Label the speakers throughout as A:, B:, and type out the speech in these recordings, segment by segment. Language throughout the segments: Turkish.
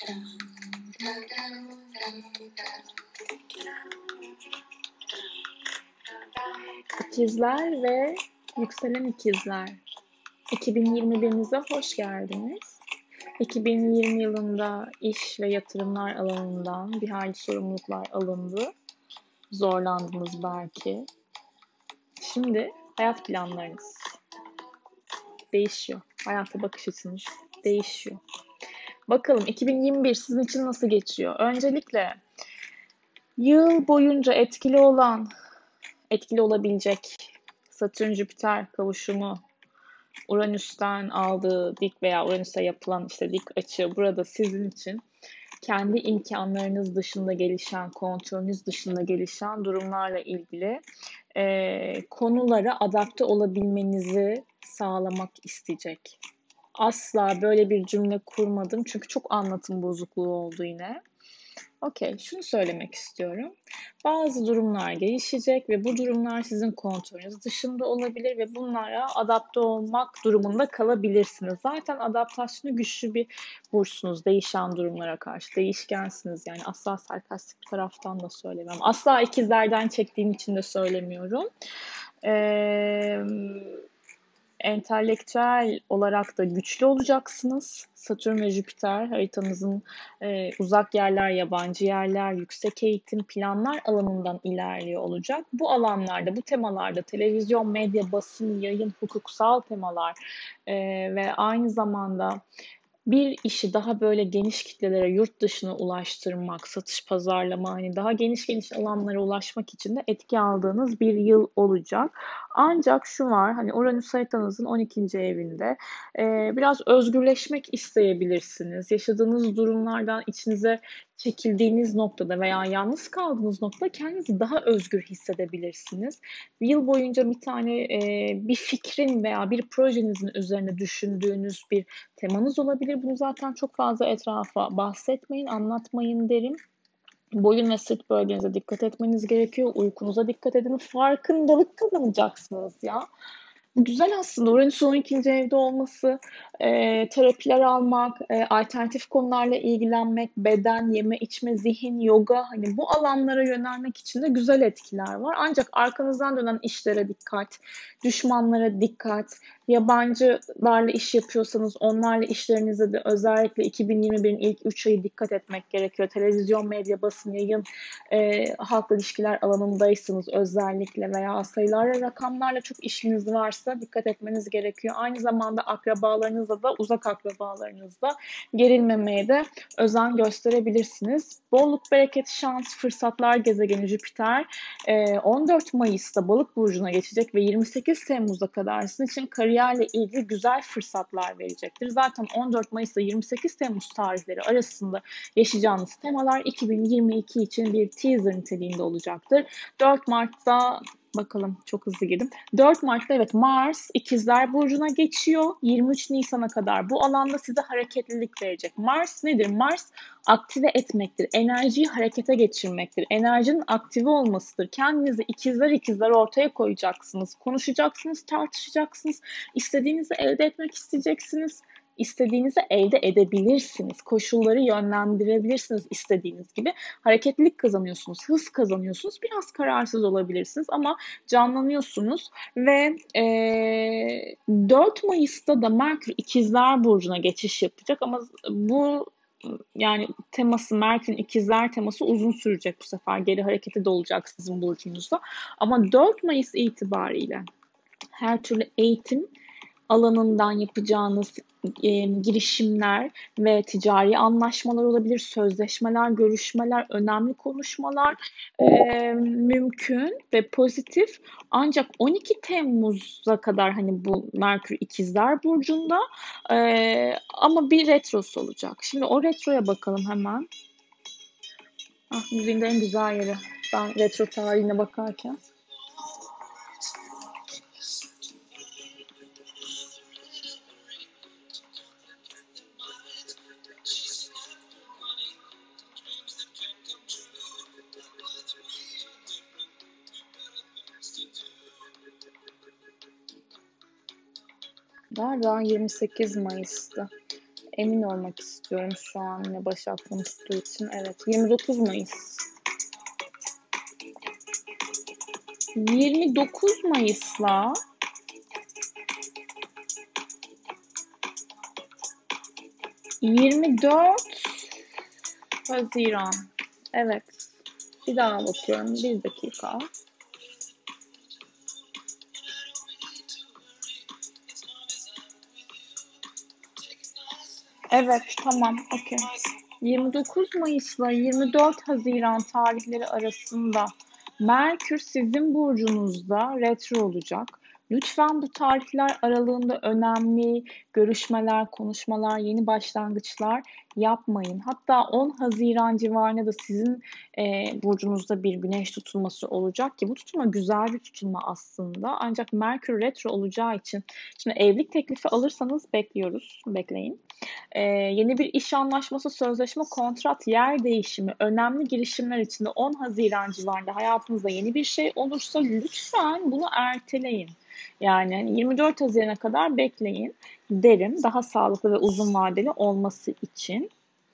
A: İkizler ve yükselen ikizler. 2021'imize hoş geldiniz. 2020 yılında iş ve yatırımlar alanından bir hayli sorumluluklar alındı. Zorlandınız belki. Şimdi hayat planlarınız değişiyor. Hayata bakış açınız değişiyor. Bakalım 2021 sizin için nasıl geçiyor? Öncelikle yıl boyunca etkili olabilecek Satürn-Jüpiter kavuşumu, Uranüs'ten aldığı dik veya Uranüs'e yapılan dik açı burada sizin için kendi imkanlarınız dışında gelişen, kontrolünüz dışında gelişen durumlarla ilgili konulara adapte olabilmenizi sağlamak isteyecek. Asla böyle bir cümle kurmadım çünkü çok anlatım bozukluğu oldu yine. Okey, şunu söylemek istiyorum. Bazı durumlar gelişecek ve bu durumlar sizin kontrolünüz dışında olabilir ve bunlara adapte olmak durumunda kalabilirsiniz. Zaten adaptasyonu güçlü bir burçsunuz değişen durumlara karşı. Değişkensiniz yani asla sarkastik bir taraftan da söylemiyorum. Asla ikizlerden çektiğim için de söylemiyorum. Entelektüel olarak da güçlü olacaksınız. Satürn ve Jüpiter haritanızın uzak yerler, yabancı yerler, yüksek eğitim, planlar alanından ilerliyor olacak. Bu alanlarda, bu temalarda televizyon, medya, basın, yayın, hukuksal temalar ve aynı zamanda bir işi daha böyle geniş kitlelere, yurt dışına ulaştırmak, satış, pazarlama, daha geniş alanlara ulaşmak için de etki aldığınız bir yıl olacak. Ancak şu var, Uranüs haritanızın 12. evinde biraz özgürleşmek isteyebilirsiniz. Yaşadığınız durumlardan içinize çekildiğiniz noktada veya yalnız kaldığınız noktada kendinizi daha özgür hissedebilirsiniz. Yıl boyunca bir fikrin veya bir projenizin üzerine düşündüğünüz bir temanız olabilir. Bunu zaten çok fazla etrafa bahsetmeyin, anlatmayın derim. Boyun ve sırt bölgenize dikkat etmeniz gerekiyor. Uykunuza dikkat edin. Farkındalık kazanacaksınız ya. Bu güzel aslında. Uranüs'ün 12. evde olması, terapiler almak, alternatif konularla ilgilenmek, beden, yeme, içme, zihin, yoga, bu alanlara yönelmek için de güzel etkiler var. Ancak arkanızdan dönen işlere dikkat, düşmanlara dikkat, yabancılarla iş yapıyorsanız onlarla işlerinize de özellikle 2021'in ilk 3 ayı dikkat etmek gerekiyor. Televizyon, medya, basın, yayın, halkla ilişkiler alanındaysanız özellikle veya sayılarla, rakamlarla çok işiniz varsa dikkat etmeniz gerekiyor. Aynı zamanda akrabalarınızla da, uzak akrabalarınızla gerilmemeye de özen gösterebilirsiniz. Bolluk, bereket, şans, fırsatlar gezegeni Jüpiter 14 Mayıs'ta Balık burcuna geçecek ve 28 Temmuz'a kadar sizin için kariyerle ilgili güzel fırsatlar verecektir. Zaten 14 Mayıs ile 28 Temmuz tarihleri arasında yaşayacağınız temalar 2022 için bir teaser niteliğinde olacaktır. 4 Mart'ta bakalım çok hızlı girdim. 4 Mart'ta evet Mars İkizler Burcu'na geçiyor. 23 Nisan'a kadar bu alanda size hareketlilik verecek. Mars nedir? Mars aktive etmektir. Enerjiyi harekete geçirmektir. Enerjinin aktive olmasıdır. Kendinizi ikizler ortaya koyacaksınız. Konuşacaksınız, tartışacaksınız. İstediğinizi elde etmek isteyeceksiniz. İstediğinizi elde edebilirsiniz. Koşulları yönlendirebilirsiniz istediğiniz gibi. Hareketlilik kazanıyorsunuz, hız kazanıyorsunuz. Biraz kararsız olabilirsiniz ama canlanıyorsunuz ve 4 Mayıs'ta da Merkür İkizler Burcu'na geçiş yapacak ama bu teması, Merkür'ün ikizler teması uzun sürecek bu sefer. Geri hareketi de olacak sizin burcunuzda. Ama 4 Mayıs itibariyle her türlü eğitim alanından yapacağınız girişimler ve ticari anlaşmalar olabilir, sözleşmeler, görüşmeler, önemli konuşmalar mümkün ve pozitif. Ancak 12 Temmuz'a kadar bu Merkür İkizler Burcu'nda ama bir retrosu olacak. Şimdi o retroya bakalım hemen. Müziğin en güzel yeri. Ben retro tarihine bakarken. Galiba 28 Mayıs'ta. Emin olmak istiyorum şu an yine Başak bunu tuttuğu için. Evet, 29 Mayıs. 29 Mayıs'la 24 Haziran. Evet. Bir daha bakıyorum. Bir dakika. Evet, tamam. Okey. 29 Mayıs'la 24 Haziran tarihleri arasında Merkür sizin burcunuzda retro olacak. Lütfen bu tarihler aralığında önemli görüşmeler, konuşmalar, yeni başlangıçlar yapmayın. Hatta 10 Haziran civarında da sizin burcunuzda bir güneş tutulması olacak ki bu tutulma güzel bir tutulma aslında. Ancak Merkür retro olacağı için şimdi evlilik teklifi alırsanız bekleyin. Yeni bir iş anlaşması, sözleşme, kontrat, yer değişimi, önemli girişimler içinde 10 Haziran civarında hayatınızda yeni bir şey olursa lütfen bunu erteleyin. Yani 24 Haziran'a kadar bekleyin derim. Daha sağlıklı ve uzun vadeli olması için.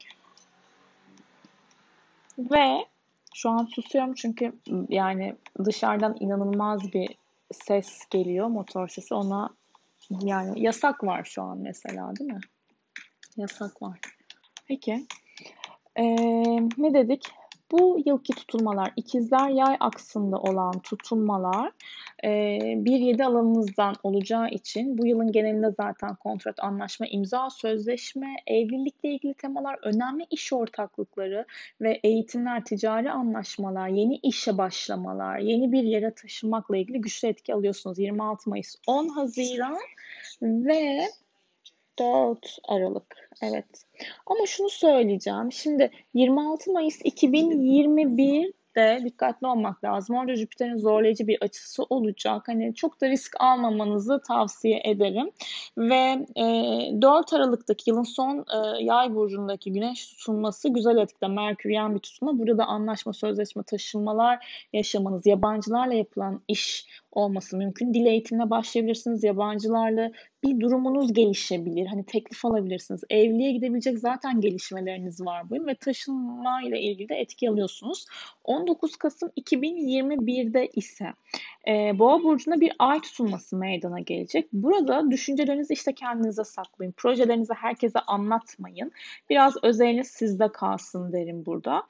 A: Ve şu an susuyorum çünkü yani dışarıdan inanılmaz bir ses geliyor, motor sesi. Ona yani yasak var şu an mesela, değil mi? Yasak var. Peki. Ne dedik? Bu yılki tutulmalar, ikizler yay aksında olan tutulmalar 1-7 alanınızdan olacağı için bu yılın genelinde zaten kontrat, anlaşma, imza, sözleşme, evlilikle ilgili temalar, önemli iş ortaklıkları ve eğitimler, ticari anlaşmalar, yeni işe başlamalar, yeni bir yere taşınmakla ilgili güçlü etki alıyorsunuz. 26 Mayıs, 10 Haziran ve 4 Aralık. Evet. Ama şunu söyleyeceğim. Şimdi 26 Mayıs 2021'de dikkatli olmak lazım. Orada Jüpiter'in zorlayıcı bir açısı olacak. Hani çok da risk almamanızı tavsiye ederim. Ve 4 Aralık'taki yılın son yay burcundaki güneş tutulması güzel etkide. Merküryen bir tutulma. Burada da anlaşma, sözleşme, taşınmalar yaşamanız, yabancılarla yapılan iş olması mümkün. Dil eğitimine başlayabilirsiniz. Yabancılarla bir durumunuz gelişebilir. Hani teklif alabilirsiniz. Evliliğe gidebilecek zaten gelişmeleriniz var bugün ve taşınma ile ilgili de etki alıyorsunuz. 19 Kasım 2021'de ise Boğa burcunda bir ay tutulması meydana gelecek. Burada düşüncelerinizi işte kendinize saklayın. Projelerinizi herkese anlatmayın. Biraz özeliniz sizde kalsın derim burada.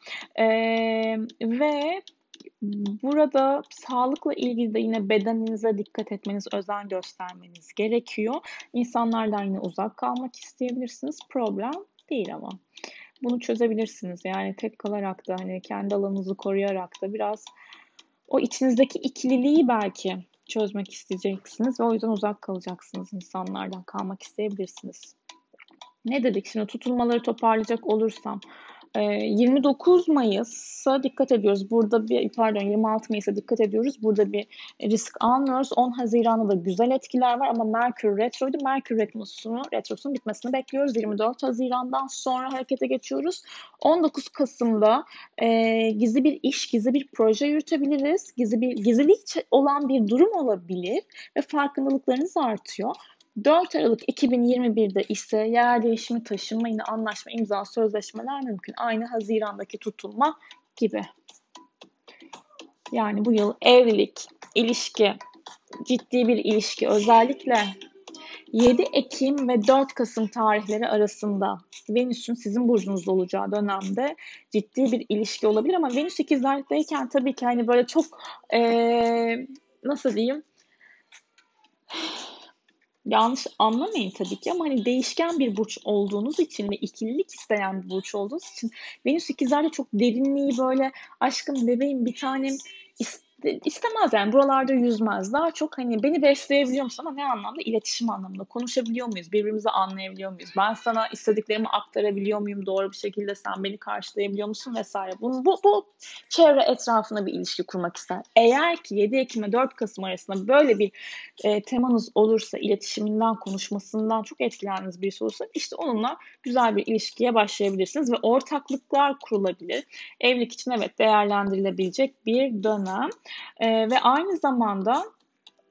A: Ve burada sağlıkla ilgili de yine bedeninize dikkat etmeniz, özen göstermeniz gerekiyor. İnsanlardan yine uzak kalmak isteyebilirsiniz. Problem değil ama. Bunu çözebilirsiniz. Yani tek kalarak da hani kendi alanınızı koruyarak da biraz o içinizdeki ikililiği belki çözmek isteyeceksiniz ve o yüzden uzak kalacaksınız, insanlardan kalmak isteyebilirsiniz. Ne dedik şimdi tutulmaları toparlayacak olursam 29 Mayıs'a dikkat ediyoruz. Burada 26 Mayıs'a dikkat ediyoruz. Burada bir risk almıyoruz. 10 Haziran'da da güzel etkiler var ama Merkür retroydu. Merkür retrosunun bitmesini bekliyoruz. 24 Haziran'dan sonra harekete geçiyoruz. 19 Kasım'da gizli bir iş, gizli bir proje yürütebiliriz. Gizlilik olan bir durum olabilir ve farkındalıklarınız artıyor. 4 Aralık 2021'de ise yer değişimi, taşınma, yine anlaşma, imza, sözleşmeler mümkün. Aynı Haziran'daki tutulma gibi. Yani bu yıl evlilik, ilişki, ciddi bir ilişki, özellikle 7 Ekim ve 4 Kasım tarihleri arasında Venüs'ün sizin burcunuzda olacağı dönemde ciddi bir ilişki olabilir ama Venüs ikizlerdeyken tabii ki hani böyle çok nasıl diyeyim, yanlış anlamayın tabii ki ama hani değişken bir burç olduğunuz için ve ikililik isteyen bir burç olduğunuz için Venüs ikizlerde çok derinliği böyle aşkım, bebeğim, bir tanem istemez yani, buralarda yüzmez. Daha çok hani beni besleyebiliyor musun ama ne anlamda? İletişim anlamında. Konuşabiliyor muyuz? Birbirimizi anlayabiliyor muyuz? Ben sana istediklerimi aktarabiliyor muyum doğru bir şekilde? Sen beni karşılayabiliyor musun? Vesaire. Bu çevre etrafına bir ilişki kurmak ister. Eğer ki 7 Ekim ve 4 Kasım arasında böyle bir temanız olursa, iletişiminden, konuşmasından çok etkilendiğiniz birisi olursa işte onunla güzel bir ilişkiye başlayabilirsiniz ve ortaklıklar kurulabilir. Evlilik için evet değerlendirilebilecek bir dönem. Ve aynı zamanda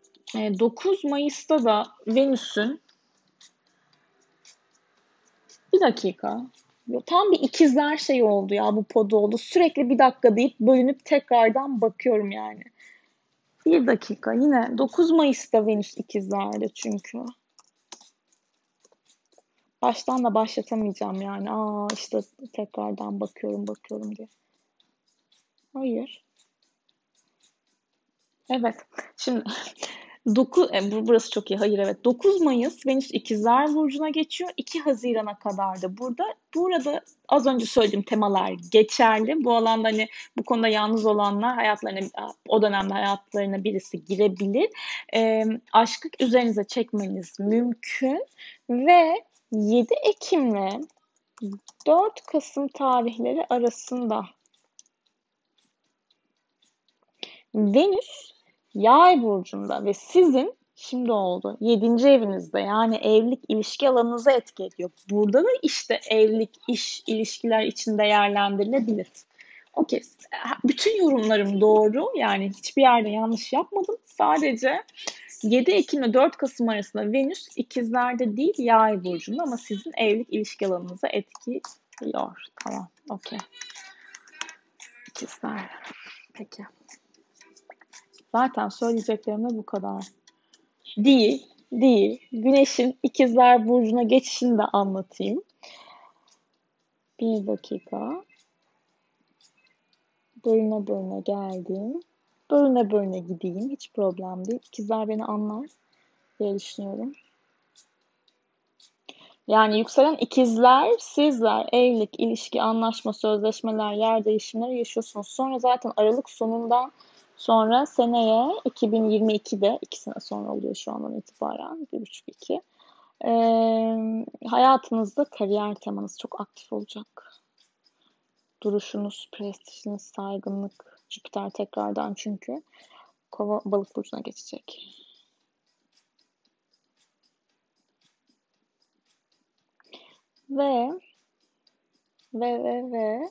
A: 9 Mayıs'ta da Venüs'ün Bir dakika. Tam bir ikizler şey oldu ya, bu pod oldu. Sürekli bir dakika deyip bölünüp tekrardan bakıyorum yani. Bir dakika, yine 9 Mayıs'ta Venüs ikizlerde çünkü. Baştan da başlatamayacağım yani. İşte tekrardan bakıyorum diye. Hayır. Evet. Şimdi burası çok iyi. Hayır, evet. 9 Mayıs Venüs İkizler Burcu'na geçiyor. 2 Haziran'a kadar da burada. Burada az önce söylediğim temalar geçerli. Bu alanda hani bu konuda yalnız olanlar hayatlarına, o dönemde hayatlarına birisi girebilir. Aşkı üzerinize çekmeniz mümkün ve 7 Ekim'le 4 Kasım tarihleri arasında Venüs Yay burcunda ve sizin şimdi oldu 7. evinizde, yani evlilik ilişki alanınıza etki ediyor. Burada da işte evlilik, iş, ilişkiler için değerlendirilebilir. Okey. Bütün yorumlarım doğru. Yani hiçbir yerde yanlış yapmadım. Sadece 7 Ekim ile 4 Kasım arasında Venüs ikizlerde değil Yay burcunda ama sizin evlilik ilişki alanınıza etkiliyor. Tamam. Okey. İkizler. Peki. Zaten söyleyeceklerim de bu kadar. Değil, değil. Güneşin ikizler burcuna geçişini de anlatayım. Bir dakika. Bölüne geldim. Bölüne gideyim. Hiç problem değil. İkizler beni anlar diye düşünüyorum. Yani yükselen ikizler, sizler evlilik, ilişki, anlaşma, sözleşmeler, yer değişimleri yaşıyorsunuz. Sonra zaten Aralık sonundan sonra seneye 2022'de 2 sene sonra oluyor şu andan itibaren. 1,5-2. Hayatınızda kariyer temanız çok aktif olacak. Duruşunuz, prestijiniz, saygınlık. Jüpiter tekrardan çünkü Kova balık burcuna geçecek. Ve ve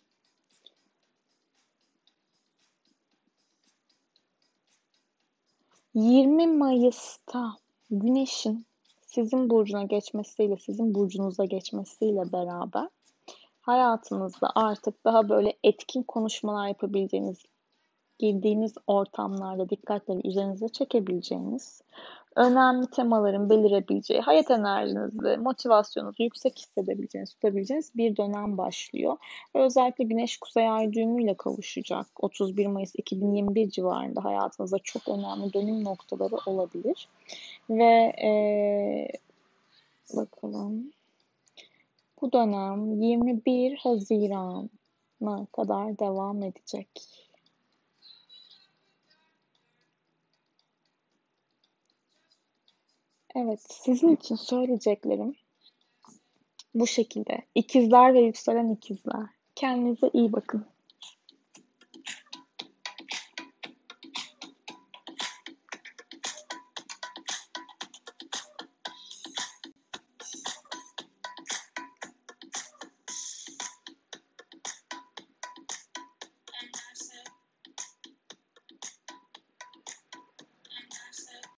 A: 20 Mayıs'ta Güneş'in sizin burcuna geçmesiyle, sizin burcunuza geçmesiyle beraber hayatınızda artık daha böyle etkin konuşmalar yapabileceğiniz, girdiğiniz ortamlarda dikkatleri üzerinize çekebileceğiniz, önemli temaların belirebileceği, hayat enerjinizi, motivasyonunuzu yüksek hissedebileceğiniz, tutabileceğiniz bir dönem başlıyor. Ve özellikle Güneş Kuzey Ay düğümüyle kavuşacak. 31 Mayıs 2021 civarında hayatınızda çok önemli dönüm noktaları olabilir. Ve bakalım. Bu dönem 21 Haziran'a kadar devam edecek. Evet, sizin için söyleyeceklerim bu şekilde. İkizler ve yükselen ikizler. Kendinize iyi bakın.